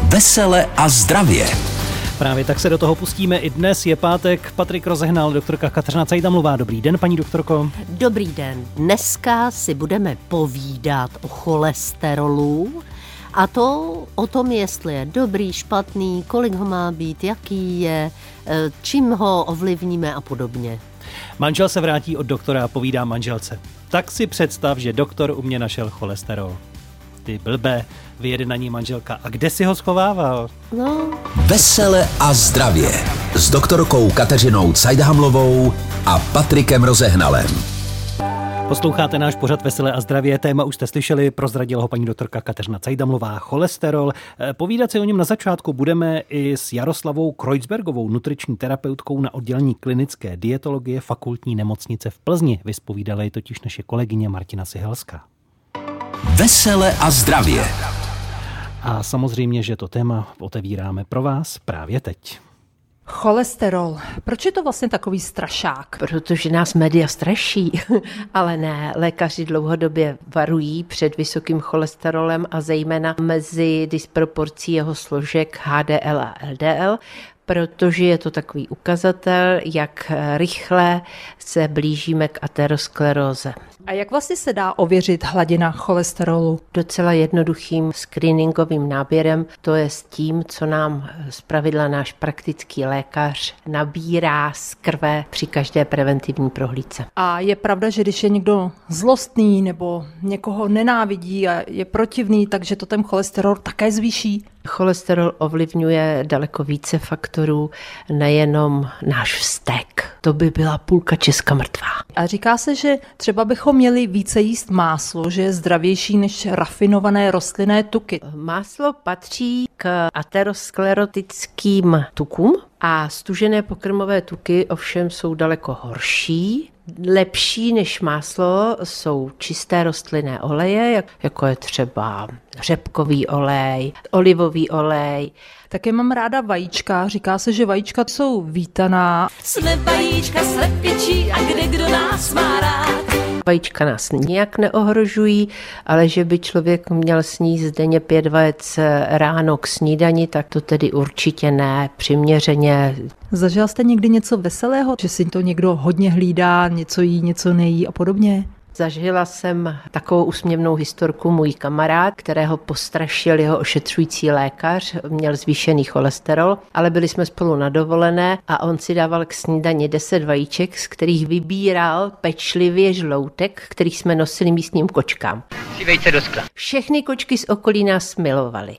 Vesele a zdravě. Právě tak se do toho pustíme i dnes. Je pátek, Patrik Rozehnal, doktorka Kateřina Cajdamlová. Dobrý den, paní doktorko. Dobrý den. Dneska si budeme povídat o cholesterolu a to o tom, jestli je dobrý, špatný, kolik ho má být, jaký je, čím ho ovlivníme a podobně. Manžel se vrátí od doktora a povídá manželce. Tak si představ, že doktor u mě našel cholesterol. Ty blbe, vyjede na ní manželka. A kde si ho schovával? No. Vesele a zdravě. S doktorkou Kateřinou Cajdamlovou a Patrikem Rozehnalem. Posloucháte náš pořad Veselé a zdravě. Téma už jste slyšeli, prozradila ho paní doktorka Kateřina Cajdamlová. Cholesterol. Povídat si o něm na začátku budeme i s Jaroslavou Kreuzbergovou, nutriční terapeutkou na oddělení klinické dietologie Fakultní nemocnice v Plzni. Vyspovídala ji totiž naše kolegyně Martina Sihelská. Vesele a zdravě. A samozřejmě, že to téma otevíráme pro vás právě teď. Cholesterol. Proč je to vlastně takový strašák? Protože nás média straší, ale ne. Lékaři dlouhodobě varují před vysokým cholesterolem a zejména mezi disproporcí jeho složek HDL a LDL, protože je to takový ukazatel, jak rychle se blížíme k ateroskleróze. A jak vlastně se dá ověřit hladina cholesterolu? Docela jednoduchým screeningovým náběrem, to je s tím, co nám zpravidla náš praktický lékař nabírá z krve při každé preventivní prohlídce. A je pravda, že když je někdo zlostný nebo někoho nenávidí a je protivný, takže to ten cholesterol také zvýší? Cholesterol ovlivňuje daleko více faktorů, nejenom náš vztek. To by byla půlka Česka mrtvá. A říká se, že třeba bychom měli více jíst máslo, že je zdravější než rafinované rostlinné tuky. Máslo patří k aterosklerotickým tukům a stužené pokrmové tuky ovšem jsou daleko horší. Lepší než máslo jsou čisté rostlinné oleje, jako je třeba řepkový olej, olivový olej. Také mám ráda vajíčka, říká se, že vajíčka jsou vítaná. Jsme vajíčka slepičí a kde kdo nás má rád. Vajíčka nás nijak neohrožují, ale že by člověk měl sníst denně 5 vajec ráno k snídani, tak to tedy určitě ne, přiměřeně. Zažil jste někdy něco veselého, že si to někdo hodně hlídá, něco jí, něco nejí a podobně? Zažila jsem takovou úsměvnou historku, můj kamarád, kterého postrašil jeho ošetřující lékař, měl zvýšený cholesterol, ale byli jsme spolu na dovolené a on si dával k snídani 10 vajíček, z kterých vybíral pečlivě žloutek, který jsme nosili místním kočkám. Si vejce do skla. Všechny kočky z okolí nás milovaly.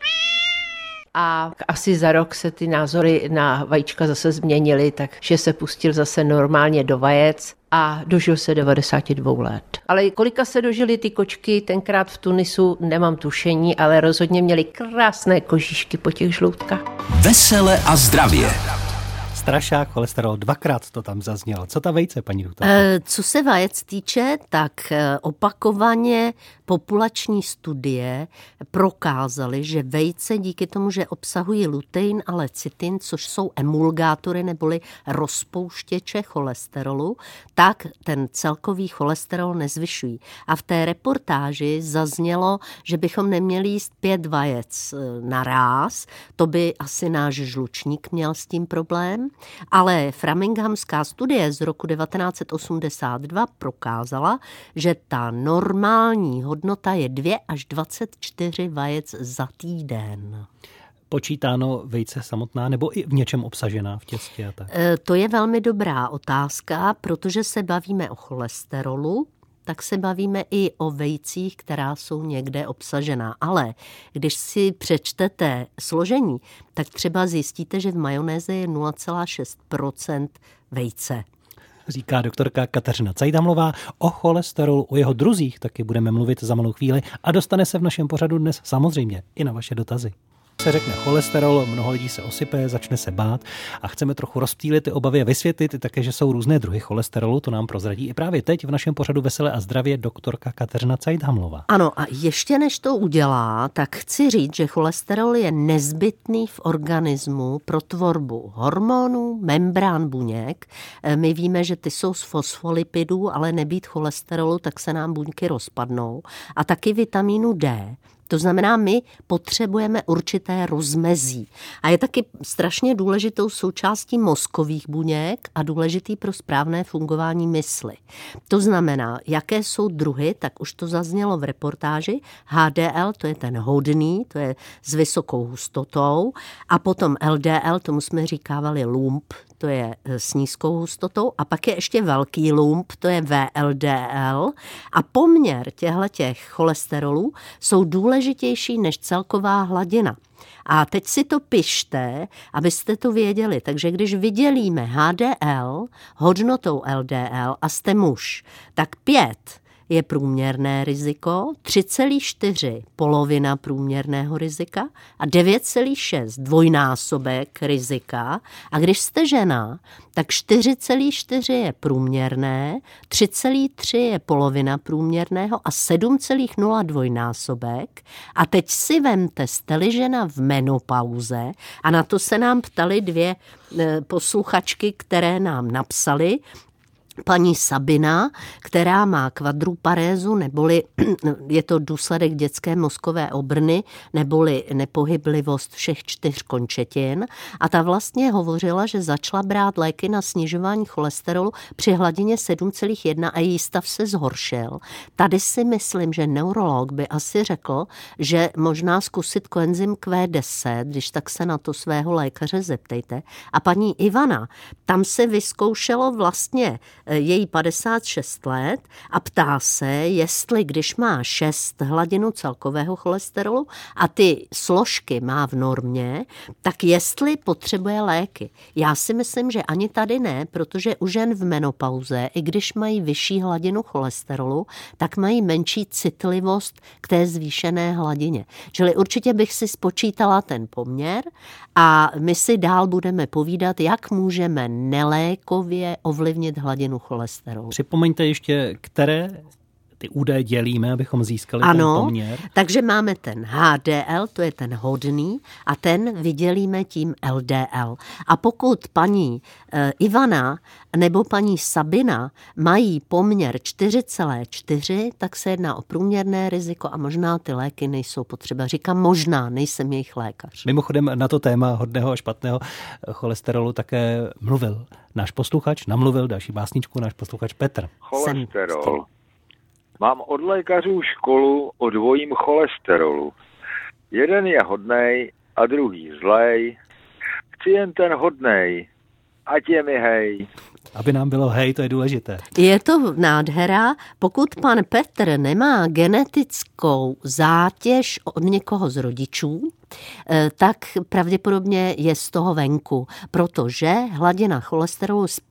A asi za rok se ty názory na vajíčka zase změnily, takže se pustil zase normálně do vajec a dožil se 92 let. Ale kolika se dožili ty kočky tenkrát v Tunisu, nemám tušení, ale rozhodně měli krásné kožíšky po těch žloutkách. Vesele a zdravě. Strašák, cholesterol, 2krát to tam zaznělo. Co ta vejce, paní doktorko? Co se vajec týče, tak opakovaně populační studie prokázaly, že vejce díky tomu, že obsahují lutein a lecitin, což jsou emulgátory neboli rozpouštěče cholesterolu, tak ten celkový cholesterol nezvyšují. A v té reportáži zaznělo, že bychom neměli jíst 5 vajec naráz, to by asi náš žlučník měl s tím problém, ale Framinghamská studie z roku 1982 prokázala, že ta normální hodnota je 2 až 24 vajec za týden. Počítáno vejce samotná nebo i v něčem obsažená v těstě a tak? To je velmi dobrá otázka, protože se bavíme o cholesterolu, tak se bavíme i o vejcích, která jsou někde obsažená. Ale když si přečtete složení, tak třeba zjistíte, že v majonéze je 0,6% vejce. Říká doktorka Kateřina Cajdamlová. O cholesterolu, o jeho druzích taky budeme mluvit za malou chvíli a dostane se v našem pořadu dnes samozřejmě i na vaše dotazy. Se řekne cholesterol, mnoho lidí se osype, začne se bát a chceme trochu rozptýlit ty obavy a vysvětlit i také, že jsou různé druhy cholesterolu, to nám prozradí i právě teď v našem pořadu Veselé a zdravě doktorka Kateřina Cajdamlová. Ano, a ještě než to udělá, tak chci říct, že cholesterol je nezbytný v organismu pro tvorbu hormonů, membrán buněk. My víme, že ty jsou z fosfolipidů, ale nebýt cholesterolu, tak se nám buňky rozpadnou. A taky vitamínu D. To znamená, my potřebujeme určité rozmezí. A je taky strašně důležitou součástí mozkových buněk a důležitý pro správné fungování mysli. To znamená, jaké jsou druhy, tak už to zaznělo v reportáži. HDL, to je ten hodný, to je s vysokou hustotou. A potom LDL, tomu jsme říkávali lump, to je s nízkou hustotou. A pak je ještě velký lump, to je VLDL. A poměr těchto cholesterolů jsou důležitější než celková hladina. A teď si to pište, abyste to věděli. Takže když vydělíme HDL hodnotou LDL a jste muž, tak 5 je průměrné riziko, 3,4 polovina průměrného rizika a 9,6 dvojnásobek rizika. A když jste žena, tak 4,4 je průměrné, 3,3 je polovina průměrného a 7,0 dvojnásobek. A teď si vemte, jste-li žena v menopauze, a na to se nám ptali 2 posluchačky, které nám napsaly, paní Sabina, která má kvadruparézu, neboli je to důsledek dětské mozkové obrny, neboli nepohyblivost všech 4 končetin. A ta vlastně hovořila, že začala brát léky na snižování cholesterolu při hladině 7,1 a její stav se zhoršil. Tady si myslím, že neurolog by asi řekl, že možná zkusit koenzym Q10, když tak se na to svého lékaře zeptejte. A paní Ivana, tam se vyzkoušelo vlastně její 56 let a ptá se, jestli když má 6 hladinu celkového cholesterolu a ty složky má v normě, tak jestli potřebuje léky. Já si myslím, že ani tady ne, protože u žen v menopauze, i když mají vyšší hladinu cholesterolu, tak mají menší citlivost k té zvýšené hladině. Čili určitě bych si spočítala ten poměr a my si dál budeme povídat, jak můžeme nelékově ovlivnit hladinu cholesterolu. Připomeňte ještě, které ty údaje dělíme, abychom získali ten poměr. Takže máme ten HDL, to je ten hodný, a ten vydělíme tím LDL. A pokud paní Ivana nebo paní Sabina mají poměr 4,4, tak se jedná o průměrné riziko a možná ty léky nejsou potřeba. Říkám možná, nejsem jejich lékař. Mimochodem na to téma hodného a špatného cholesterolu také mluvil náš posluchač, namluvil další básničku náš posluchač Petr. Cholesterol. Mám od lékařů školu o dvojím cholesterolu. Jeden je hodnej a druhý zlej. Chci jen ten hodnej, ať je mi hej. Aby nám bylo hej, to je důležité. Je to nádhera, pokud pan Petr nemá genetickou zátěž od někoho z rodičů, tak pravděpodobně je z toho venku, protože hladina cholesterolu z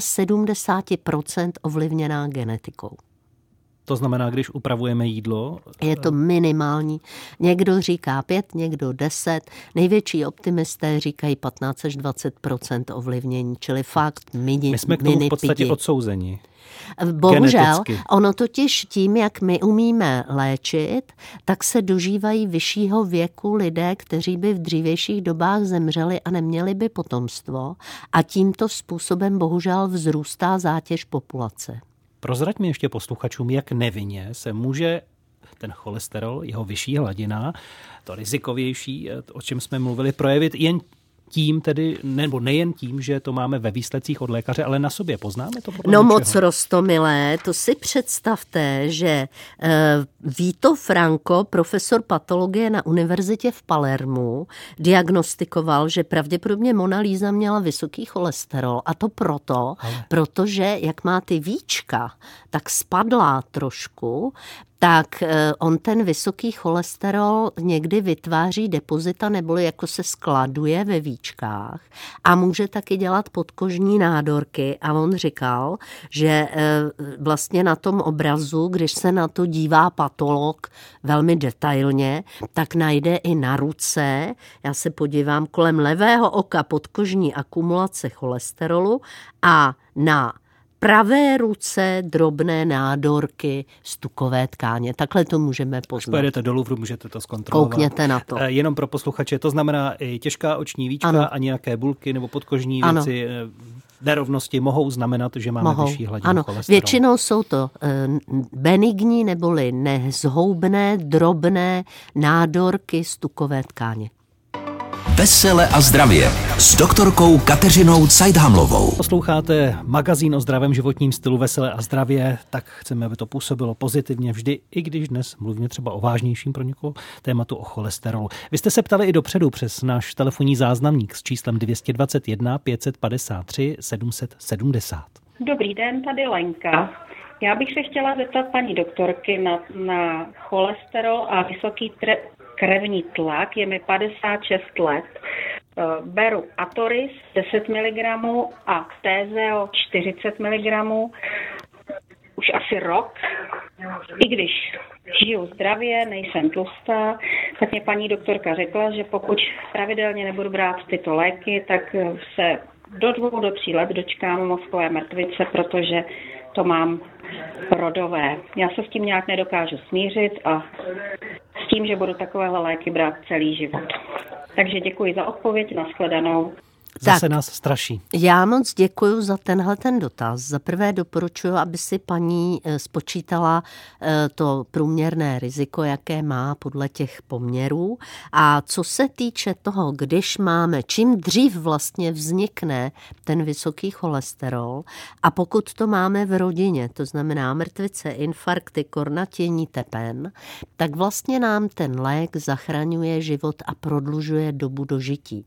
75% ovlivněná genetikou. To znamená, když upravujeme jídlo? Je to minimální. Někdo říká 5, někdo 10. Největší optimisté říkají 15 až 20% ovlivnění, čili fakt mini. My jsme k tomu v podstatě odsouzeni. Bohužel, geneticky. Ono totiž tím, jak my umíme léčit, tak se dožívají vyššího věku lidé, kteří by v dřívějších dobách zemřeli a neměli by potomstvo. A tímto způsobem bohužel vzrůstá zátěž populace. Prozraďme ještě posluchačům, jak nevinně se může ten cholesterol, jeho vyšší hladina, to rizikovější, o čem jsme mluvili, projevit jen tím tedy, nebo nejen tím, že to máme ve výsledcích od lékaře, ale na sobě poznáme to? No moc roztomilé, to si představte, že Vito Franco, profesor patologie na univerzitě v Palermu, diagnostikoval, že pravděpodobně Mona Lisa měla vysoký cholesterol a to protože jak má ty víčka, tak spadlá trošku, tak on ten vysoký cholesterol někdy vytváří depozita neboli jako se skladuje ve víčkách a může taky dělat podkožní nádorky. A on říkal, že vlastně na tom obrazu, když se na to dívá patolog velmi detailně, tak najde i na ruce, já se podívám, kolem levého oka podkožní akumulace cholesterolu a na pravé ruce drobné nádorky z tukové tkáně. Takhle to můžeme poznat. Až pojedete do Louvru, můžete to zkontrolovat. Koukněte na to. Jenom pro posluchače, to znamená i těžká oční víčka a nějaké bulky nebo podkožní věci. nerovnosti mohou znamenat, že máme vyšší hladinu cholesterolu. Většinou jsou to benigní neboli nezhoubné, drobné nádorky z tukové tkáně. Vesele a zdravě s doktorkou Kateřinou Cajdhamlovou. Posloucháte magazín o zdravém životním stylu Vesele a zdravě, tak chceme, aby to působilo pozitivně vždy, i když dnes mluvíme třeba o vážnějším pro někoho tématu o cholesterolu. Vy jste se ptali i dopředu přes náš telefonní záznamník s číslem 221 553 770. Dobrý den, tady Lenka. Já bych se chtěla zeptat paní doktorky na cholesterol a vysoký krevní tlak. Je mi 56 let. Beru Atoris 10 mg a Tézeo 40 mg. Už asi rok. I když žiju zdravě, nejsem tlustá, tak mě paní doktorka řekla, že pokud pravidelně nebudu brát tyto léky, tak se do 2 do 3 let dočkám mozkové mrtvice, protože to mám rodové. Já se s tím nějak nedokážu smířit a s tím, že budu takovéhle léky brát celý život. Takže děkuji za odpověď, nashledanou. Zase nás straší. Já moc děkuji za ten dotaz. Za prvé doporučuji, aby si paní spočítala to průměrné riziko, jaké má podle těch poměrů. A co se týče toho, když máme, čím dřív vlastně vznikne ten vysoký cholesterol a pokud to máme v rodině, to znamená mrtvice, infarkty, kornatění tepen, tak vlastně nám ten lék zachraňuje život a prodlužuje dobu dožití.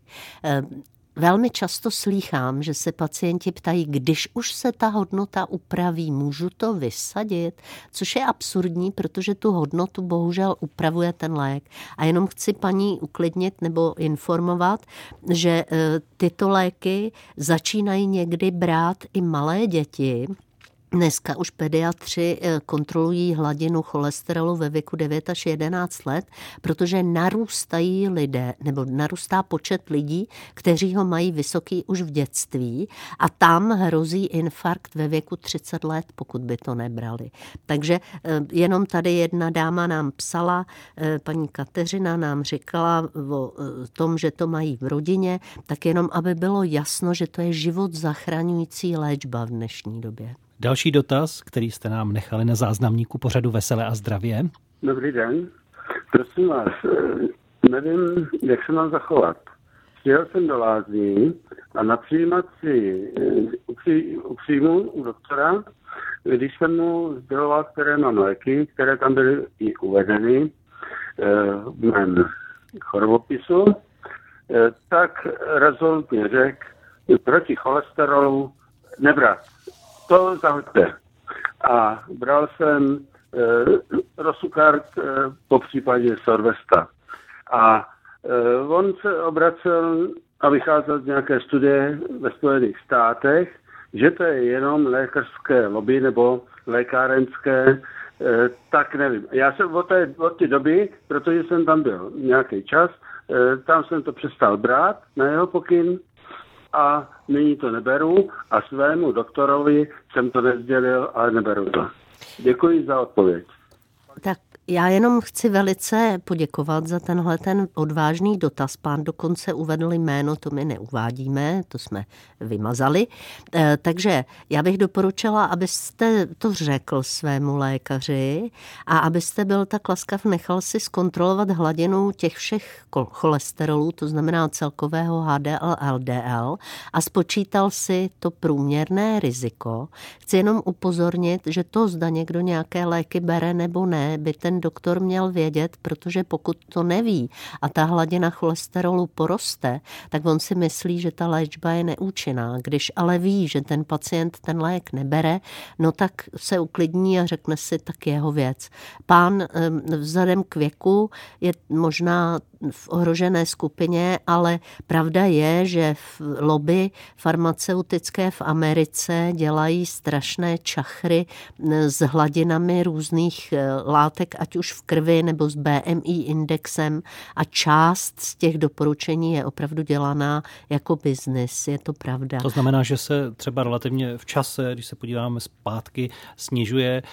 Velmi často slýchám, že se pacienti ptají, když už se ta hodnota upraví, můžu to vysadit? Což je absurdní, protože tu hodnotu bohužel upravuje ten lék. A jenom chci paní uklidnit nebo informovat, že tyto léky začínají někdy brát i malé děti. Dneska už pediatři kontrolují hladinu cholesterolu ve věku 9 až 11 let, protože narůstají lidé, nebo narůstá počet lidí, kteří ho mají vysoký už v dětství a tam hrozí infarkt ve věku 30 let, pokud by to nebrali. Takže jenom tady jedna dáma nám psala, paní Kateřina nám říkala o tom, že to mají v rodině, tak jenom aby bylo jasno, že to je život zachraňující léčba v dnešní době. Další dotaz, který jste nám nechali na záznamníku pořadu Vesele a zdravě. Dobrý den. Prosím vás, nevím, jak se mám zachovat. Přijel jsem do Lázní a na přijímací u příjmu u doktora, když jsem mu sděloval, které mám léky, které tam byly i uvedeny v mém chorobopisu, tak rezolutně řekl, proti cholesterolu nebrat. To zahoďte. A bral jsem Rosukart, po případě Sorvesta. A on se obracel a vycházel z nějaké studie ve Spojených státech, že to je jenom lékařské lobby nebo lékárenské, tak nevím. Já jsem od té doby, protože jsem tam byl nějaký čas, tam jsem to přestal brát na jeho pokyn, a nyní to neberu a svému doktorovi jsem to nesdělil, ale neberu to. Děkuji za odpověď. Tak já jenom chci velice poděkovat za ten odvážný dotaz. Pán dokonce uvedl jméno, to my neuvádíme, to jsme vymazali. Takže já bych doporučila, abyste to řekl svému lékaři a abyste byl tak laskav, nechal si zkontrolovat hladinu těch všech cholesterolů, to znamená celkového HDL, LDL a spočítal si to průměrné riziko. Chci jenom upozornit, že to, zda někdo nějaké léky bere nebo ne, by ten doktor měl vědět, protože pokud to neví a ta hladina cholesterolu poroste, tak on si myslí, že ta léčba je neúčinná. Když ale ví, že ten pacient ten lék nebere, no tak se uklidní a řekne si, tak jeho věc. Pán vzhledem k věku je možná v ohrožené skupině, ale pravda je, že v lobby farmaceutické v Americe dělají strašné čachry s hladinami různých látek, ať už v krvi nebo s BMI indexem a část z těch doporučení je opravdu dělaná jako biznis, je to pravda. To znamená, že se třeba relativně v čase, když se podíváme zpátky, snižuje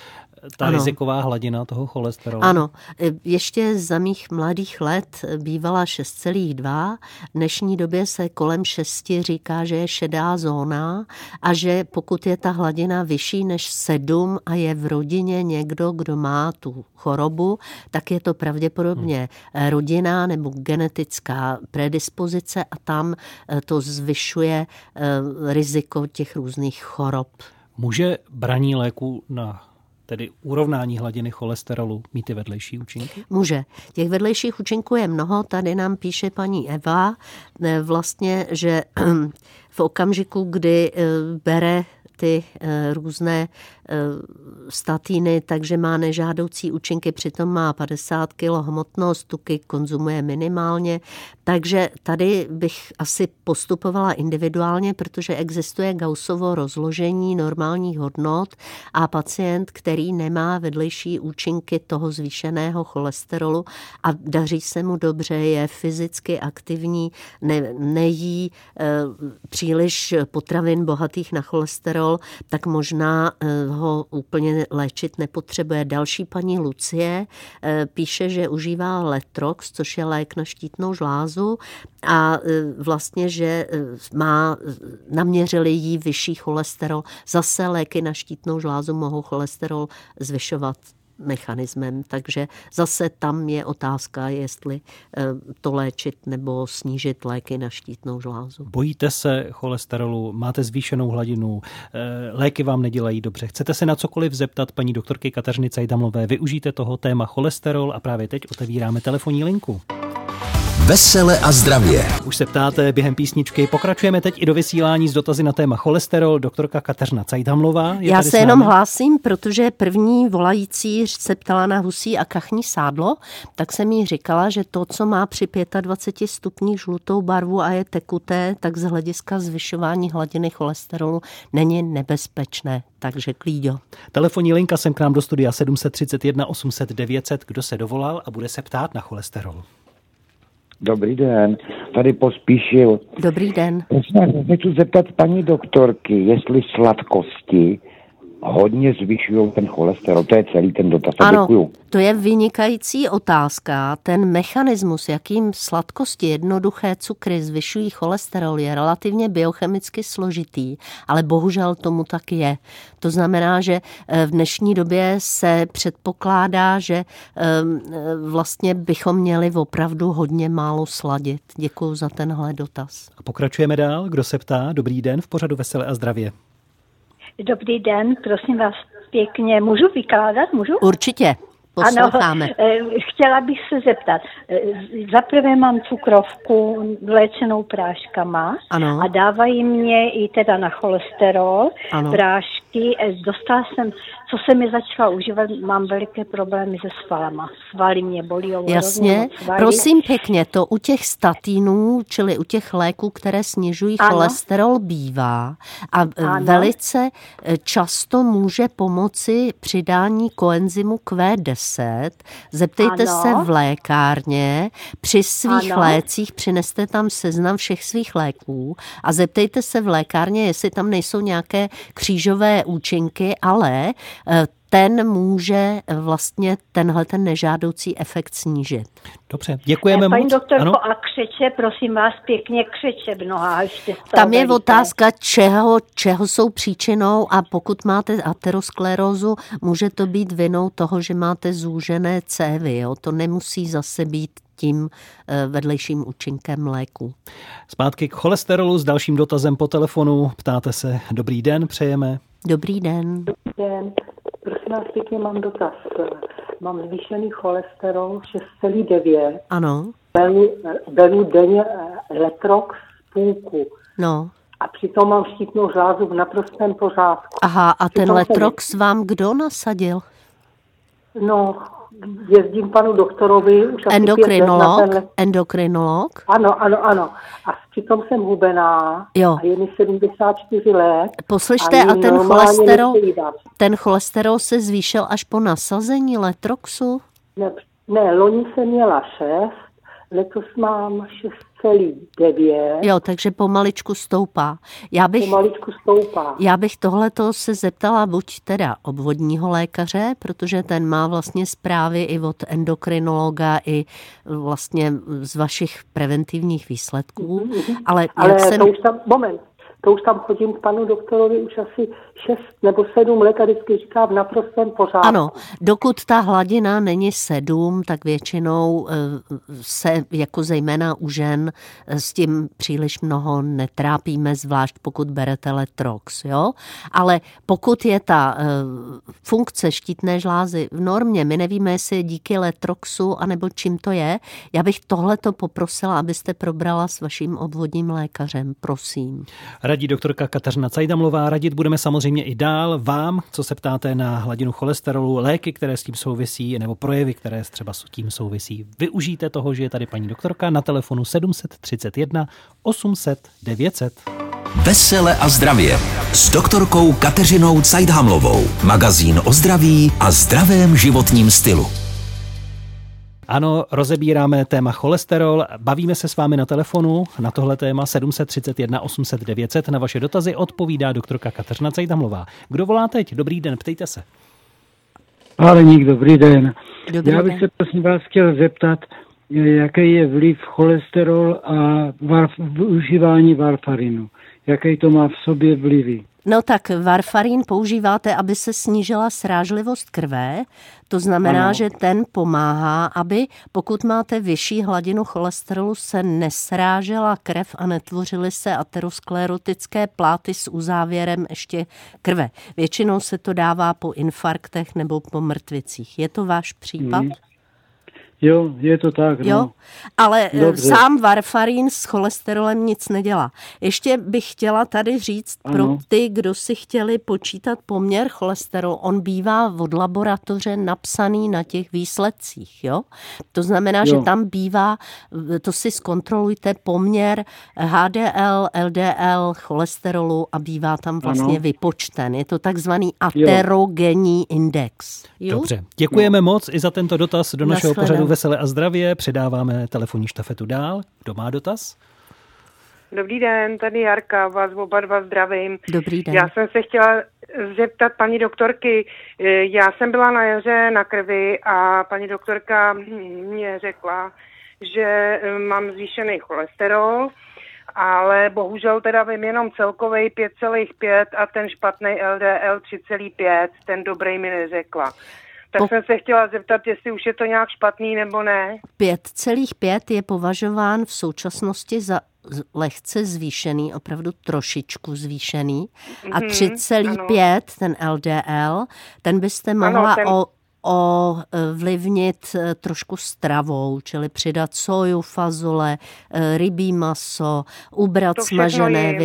ta riziková hladina toho cholesterolu. Ano, ještě za mých mladých let bývala 6,2, v dnešní době se kolem 6 říká, že je šedá zóna a že pokud je ta hladina vyšší než 7 a je v rodině někdo, kdo má tu chorobu, tak je to pravděpodobně rodinná nebo genetická predispozice a tam to zvyšuje riziko těch různých chorob. Může braní léku na tedy urovnání hladiny cholesterolu mít i vedlejší účinky? Může. Těch vedlejších účinků je mnoho. Tady nám píše paní Eva vlastně, že v okamžiku, kdy bere ty různé statiny, takže má nežádoucí účinky, přitom má 50 kg hmotnost, tuky konzumuje minimálně, takže tady bych asi postupovala individuálně, protože existuje Gaussovo rozložení normálních hodnot a pacient, který nemá vedlejší účinky toho zvýšeného cholesterolu a daří se mu dobře, je fyzicky aktivní, nejí příliš potravin bohatých na cholesterol, tak možná ho úplně léčit nepotřebuje. Další paní Lucie píše, že užívá Letrox, což je lék na štítnou žlázu a vlastně, že naměřili jí vyšší cholesterol. Zase léky na štítnou žlázu mohou cholesterol zvyšovat mechanismem, takže zase tam je otázka, jestli to léčit nebo snížit léky na štítnou žlázu. Bojíte se cholesterolu, máte zvýšenou hladinu, léky vám nedělají dobře. Chcete se na cokoliv zeptat paní doktorky Kateřiny Cajdhamlové, využijte toho téma cholesterol a právě teď otevíráme telefonní linku. Vesele a zdravě. Už se ptáte během písničky. Pokračujeme teď i do vysílání s dotazy na téma cholesterol. Doktorka Kateřina Cajdhamlová. Já se jenom hlásím, protože první volající se ptala na husí a kachní sádlo, tak jsem jí říkala, že to, co má při 25 stupních žlutou barvu a je tekuté, tak z hlediska zvyšování hladiny cholesterolu není nebezpečné. Takže klíďo. Telefonní linka sem k nám do studia 731 800 900. Kdo se dovolal a bude se ptát na cholesterol? Dobrý den, tady Pospíšil. Dobrý den. Prosím, chci zeptat paní doktorky, jestli sladkosti hodně zvyšují ten cholesterol. To je celý ten dotaz. Ano, děkuju. To je vynikající otázka. Ten mechanismus, jakým sladkosti, jednoduché cukry zvyšují cholesterol, je relativně biochemicky složitý, ale bohužel tomu tak je. To znamená, že v dnešní době se předpokládá, že vlastně bychom měli opravdu hodně málo sladit. Děkuju za tenhle dotaz. A pokračujeme dál. Kdo se ptá? Dobrý den v pořadu Vesele a zdravě. Dobrý den, prosím vás pěkně. Můžu vykládat? Můžu? Určitě. Posloucháme. Ano, chtěla bych se zeptat. Zaprvé mám cukrovku léčenou práškama. Ano. A dávají mě i teda na cholesterol prášky. Dostala jsem, co se mi začala užívat, mám veliké problémy se svalama. Svaly mě bolí. Jasně. Prosím pěkně, to u těch statinů, čili u těch léků, které snižují cholesterol, bývá. A velice často může pomoci přidání koenzymu Q10. Zeptejte se v lékárně, při svých lécích přineste tam seznam všech svých léků a zeptejte se v lékárně, jestli tam nejsou nějaké křížové účinky, ale ten může vlastně tenhle ten nežádoucí efekt snížit. Dobře, děkujeme moc. Paní doktorko, a křeče, prosím vás pěkně, křeče v nohách. Tam je otázka, čeho jsou příčinou a pokud máte aterosklerózu, může to být vinou toho, že máte zúžené cévy. Jo? To nemusí zase být tím vedlejším účinkem léku. Zpátky k cholesterolu s dalším dotazem po telefonu. Ptáte se, dobrý den, přejeme. Dobrý den. Dobrý den. Prosím vás, pěkně mám dotaz. Mám zvýšený cholesterol 6,9. Ano. Beru denně Letrox půlku. No. A přitom mám štítnou žlázu v naprostém pořádku. Aha, a ten Letrox vám kdo nasadil? No, jezdím panu doktorovi. Už Endokrinolog? Ano. A přitom jsem hubená. Jo. A je mi 74 let. Poslyšte, a ten cholesterol se zvýšil až po nasazení Letroxu? Ne, loni jsem měla 6, letos mám 6,9. Jo, takže pomaličku stoupá. Já bych tohleto se zeptala buď teda obvodního lékaře, protože ten má vlastně zprávy i od endokrinologa, i vlastně z vašich preventivních výsledků. Ale to už tam, to už tam chodím k panu doktorovi už asi 6 nebo 7 let a vždycky říká v naprostém pořádku. Ano, dokud ta hladina není 7, tak většinou se jako zejména u žen s tím příliš mnoho netrápíme, zvlášť pokud berete Letrox, jo? Ale pokud je ta funkce štítné žlázy v normě, my nevíme, jestli je díky Letroxu, anebo čím to je, já bych tohleto poprosila, abyste probrala s vaším obvodním lékařem, prosím. Radí doktorka Kateřina Cajdamlová. Radit budeme samozřejmě i dál vám, co se ptáte na hladinu cholesterolu, léky, které s tím souvisí, nebo projevy, které třeba s tím souvisí. Využijte toho, že je tady paní doktorka na telefonu 731 800 900. Vesele a zdravě s doktorkou Kateřinou Cajdhamlovou. Magazín o zdraví a zdravém životním stylu. Ano, rozebíráme téma cholesterol, bavíme se s vámi na telefonu na tohle téma 731 800 900. Na vaše dotazy odpovídá doktorka Kateřina Cajdhamlová. Kdo volá teď? Dobrý den, ptejte se. Aleník, dobrý den. Dobrý Já bych se prosím vás chtěl zeptat, jaký je vliv cholesterol a užívání varfarinu. Jaký to má v sobě vlivy? No tak varfarin používáte, aby se snížila srážlivost krve. To znamená, že ten pomáhá, aby pokud máte vyšší hladinu cholesterolu, se nesrážela krev a netvořily se aterosklerotické pláty s uzávěrem ještě krve. Většinou se to dává po infarktech nebo po mrtvicích. Je to váš případ? Jo, je to tak. No. Jo, ale dobře. Sám varfarín s cholesterolem nic nedělá. Ještě bych chtěla tady říct pro ty, kdo si chtěli počítat poměr cholesterolu, on bývá od laboratoře napsaný na těch výsledcích, jo? To znamená, že tam bývá, to si zkontrolujte, poměr HDL, LDL, cholesterolu a bývá tam vlastně vypočten. Je to takzvaný aterogenní index. Jo? Dobře, děkujeme moc i za tento dotaz do našeho pořadu Vesele a zdravě. Předáváme telefonní štafetu dál. Kdo má dotaz? Dobrý den, tady Jarka, vás oba dva zdravím. Dobrý den. Já jsem se chtěla zeptat paní doktorky, já jsem byla na jaře na krvi a paní doktorka mě řekla, že mám zvýšený cholesterol, ale bohužel teda vím jenom celkovej 5,5 a ten špatný LDL 3,5, ten dobrý mi neřekla. Tak jsem se chtěla zeptat, jestli už je to nějak špatný nebo ne. 5,5 je považován v současnosti za lehce zvýšený, opravdu trošičku zvýšený. A 3,5, ten LDL, ten byste mohla ovlivnit trošku stravou, čili přidat soju, fazole, rybí maso, ubrat smažené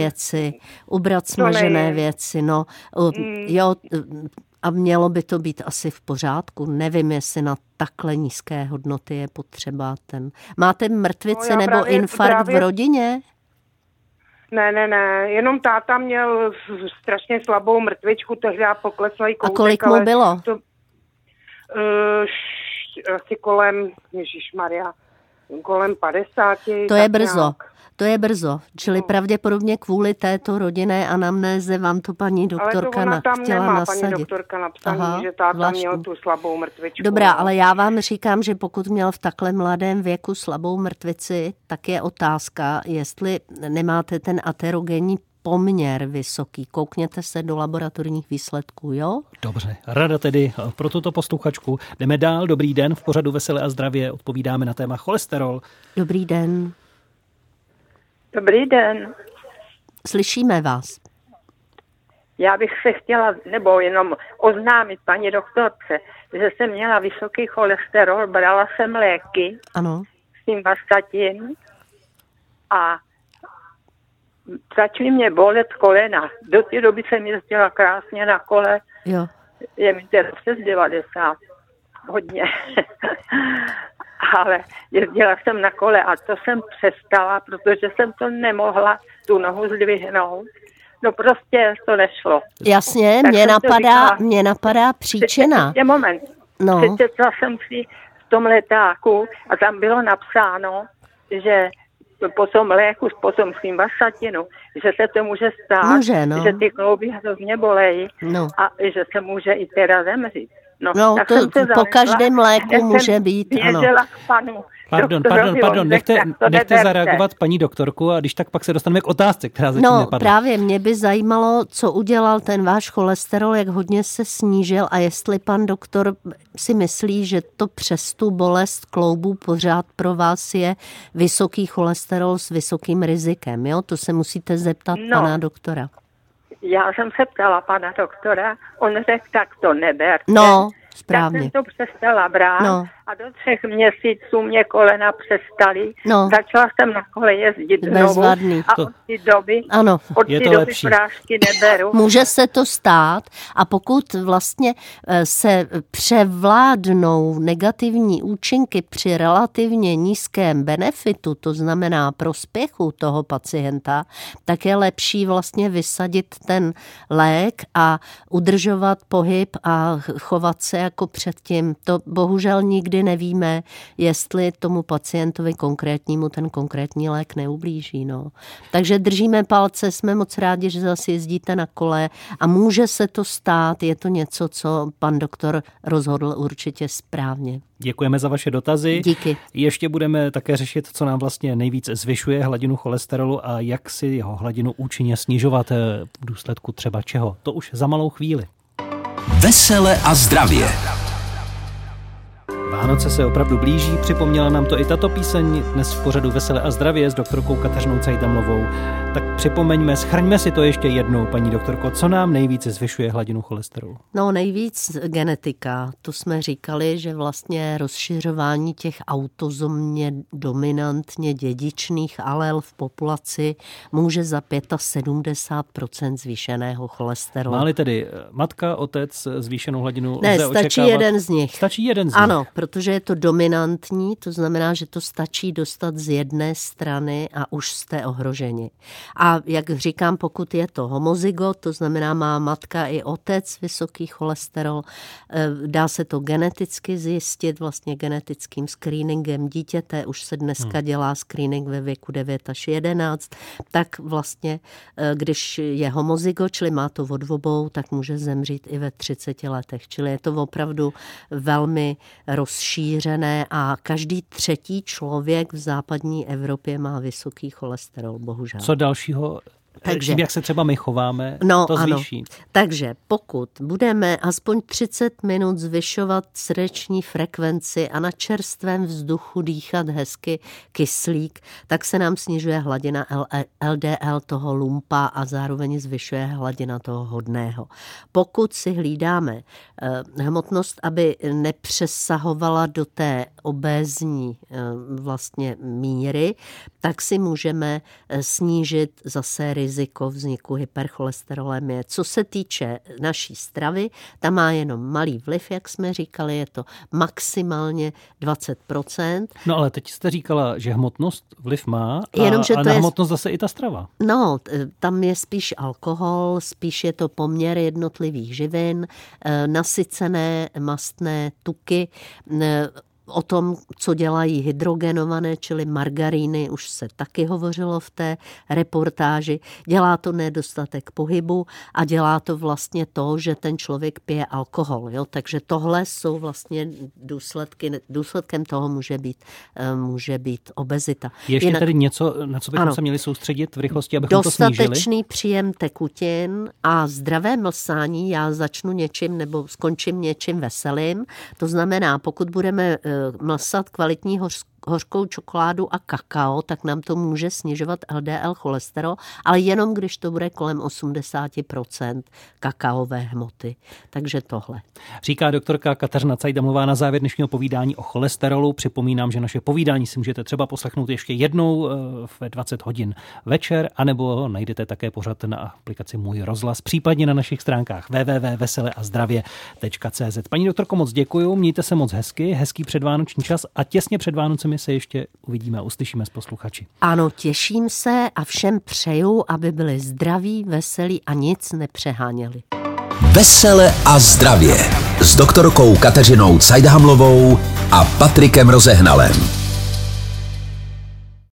věci, no, jo, a mělo by to být asi v pořádku. Nevím, jestli na takhle nízké hodnoty je potřeba ten. Máte mrtvice nebo infarkt v rodině? Ne, jenom táta měl strašně slabou mrtvičku, tehdy pokleslej koutek. A kolik mu bylo? Asi kolem, ježišmarja, kolem 50. To je brzo, čili pravděpodobně kvůli této rodinné anamnéze vám to paní doktorka chtěla nasadit. Paní doktorka napsaný, že táta měl tu slabou mrtvičku. Dobrá, ale já vám říkám, že pokud měl v takhle mladém věku slabou mrtvici, tak je otázka, jestli nemáte ten aterogenní poměr vysoký. Koukněte se do laboratorních výsledků, jo? Dobře, rada tedy pro tuto posluchačku. Jdeme dál, dobrý den, v pořadu Vesele a zdravě odpovídáme na téma cholesterol. Dobrý den. Dobrý den. Slyšíme vás. Já bych se chtěla, nebo jenom oznámit paní doktorce, že jsem měla vysoký cholesterol, brala jsem léky. Ano. Simvastatin a začaly mě bolet kolena. Do té doby jsem jezdila krásně na kole. Jo. Je mi teda přes 90. Hodně. Ale jezdila jsem na kole a to jsem přestala, protože jsem to nemohla tu nohu zdvihnout. No prostě to nešlo. Jasně, mě napadá příčina. Moment. Přečetla jsem si v tom letáku a tam bylo napsáno, že po tom léku, po tom svým vasatinu, že se to může stát, může, no. že ty klouby hrozně bolejí a že se může i teda zemřít. No to po každém léku může být, ano. K panu Pardon, nechte zareagovat paní doktorku a když tak pak se dostaneme k otázce, která zatím nepadla. No právě mě by zajímalo, co udělal ten váš cholesterol, jak hodně se snížil a jestli pan doktor si myslí, že to přes tu bolest kloubů pořád pro vás je vysoký cholesterol s vysokým rizikem, jo? To se musíte zeptat pana doktora. Já jsem se ptala pana doktora, on řekl, tak to neberte. No, správně. Tak jsem to přestala brát a do 3 měsíců mě kolena přestaly. Začala jsem na kole jezdit znovu a od té doby, prášky neberu. Může se to stát a pokud vlastně se převládnou negativní účinky při relativně nízkém benefitu, to znamená prospěchu toho pacienta, tak je lepší vlastně vysadit ten lék a udržovat pohyb a chovat se jako předtím. To bohužel nikdy nevíme, jestli tomu pacientovi konkrétnímu ten konkrétní lék neublíží. No. Takže držíme palce, jsme moc rádi, že zase jezdíte na kole a může se to stát, je to něco, co pan doktor rozhodl určitě správně. Děkujeme za vaše dotazy. Díky. Ještě budeme také řešit, co nám vlastně nejvíc zvyšuje hladinu cholesterolu a jak si jeho hladinu účinně snižovat v důsledku třeba čeho. To už za malou chvíli. Vesele a zdravě. Vánoce se opravdu blíží, připomněla nám to i tato píseň dnes v pořadu Vesele a zdravě s doktorkou Kateřinou Cajdamlovou. Tak připomeňme, shrňme si to ještě jednou, paní doktorko, co nám nejvíce zvyšuje hladinu cholesterolu? No nejvíc genetika, to jsme říkali, že vlastně rozšiřování těch autozomně dominantně dědičných alel v populaci může za 75% zvýšeného cholesterolu. Má-li tedy matka, otec zvýšenou hladinu lze očekávat? Ne, stačí jeden z nich. Stačí jeden z nich? Ano, protože je to dominantní, to znamená, že to stačí dostat z jedné strany a už jste ohroženi. A jak říkám, pokud je to homozygot, to znamená má matka i otec vysoký cholesterol, dá se to geneticky zjistit vlastně genetickým screeningem dítěte, už se dneska dělá screening ve věku 9 až 11, tak vlastně, když je homozygot, čili má to od obou, tak může zemřít i ve 30 letech. Čili je to opravdu velmi rozšířené a každý 3. člověk v západní Evropě má vysoký cholesterol, bohužel. Co dalšího? Takže, jak se třeba my chováme, to zvýší. Ano. Takže pokud budeme aspoň 30 minut zvyšovat srdeční frekvenci a na čerstvém vzduchu dýchat hezky kyslík, tak se nám snižuje hladina LDL toho lumpa a zároveň zvyšuje hladina toho hodného. Pokud si hlídáme hmotnost, aby nepřesahovala do té obézní vlastně míry, tak si můžeme snížit zase riziko vzniku hypercholesterolemie. Co se týče naší stravy, ta má jenom malý vliv, jak jsme říkali, je to maximálně 20%. No ale teď jste říkala, že hmotnost vliv má a na hmotnost zase i ta strava. No, tam je spíš alkohol, spíš je to poměr jednotlivých živin, nasycené mastné tuky. O tom, co dělají hydrogenované, čili margaríny, už se taky hovořilo v té reportáži. Dělá to nedostatek pohybu a dělá to vlastně to, že ten člověk pije alkohol. Jo? Takže tohle jsou vlastně důsledkem toho může být obezita. Ještě tedy něco, na co bychom se měli soustředit v rychlosti, abychom to snížili? Dostatečný příjem tekutin a zdravé mlsání. Já začnu něčím nebo skončím něčím veselým. To znamená, pokud budeme mlsat kvalitní hořkou čokoládu a kakao, tak nám to může snižovat LDL cholesterol, ale jenom když to bude kolem 80% kakaové hmoty. Takže tohle. Říká doktorka Kateřina Cajdamlová na závěr dnešního povídání o cholesterolu. Připomínám, že naše povídání si můžete třeba poslechnout ještě jednou ve 20 hodin večer, anebo najdete také pořad na aplikaci Můj rozhlas, případně na našich stránkách www.veseleazdravě.cz. Paní doktorko, moc děkuju, mějte se moc hezký předvánoční čas a těsně před Vánocemi se ještě uvidíme a uslyšíme s posluchači. Ano, těším se a všem přeju, aby byli zdraví, veselí a nic nepřeháněli. Vesele a zdravě s doktorkou Kateřinou Cajdhamlovou a Patrikem Rozehnalem.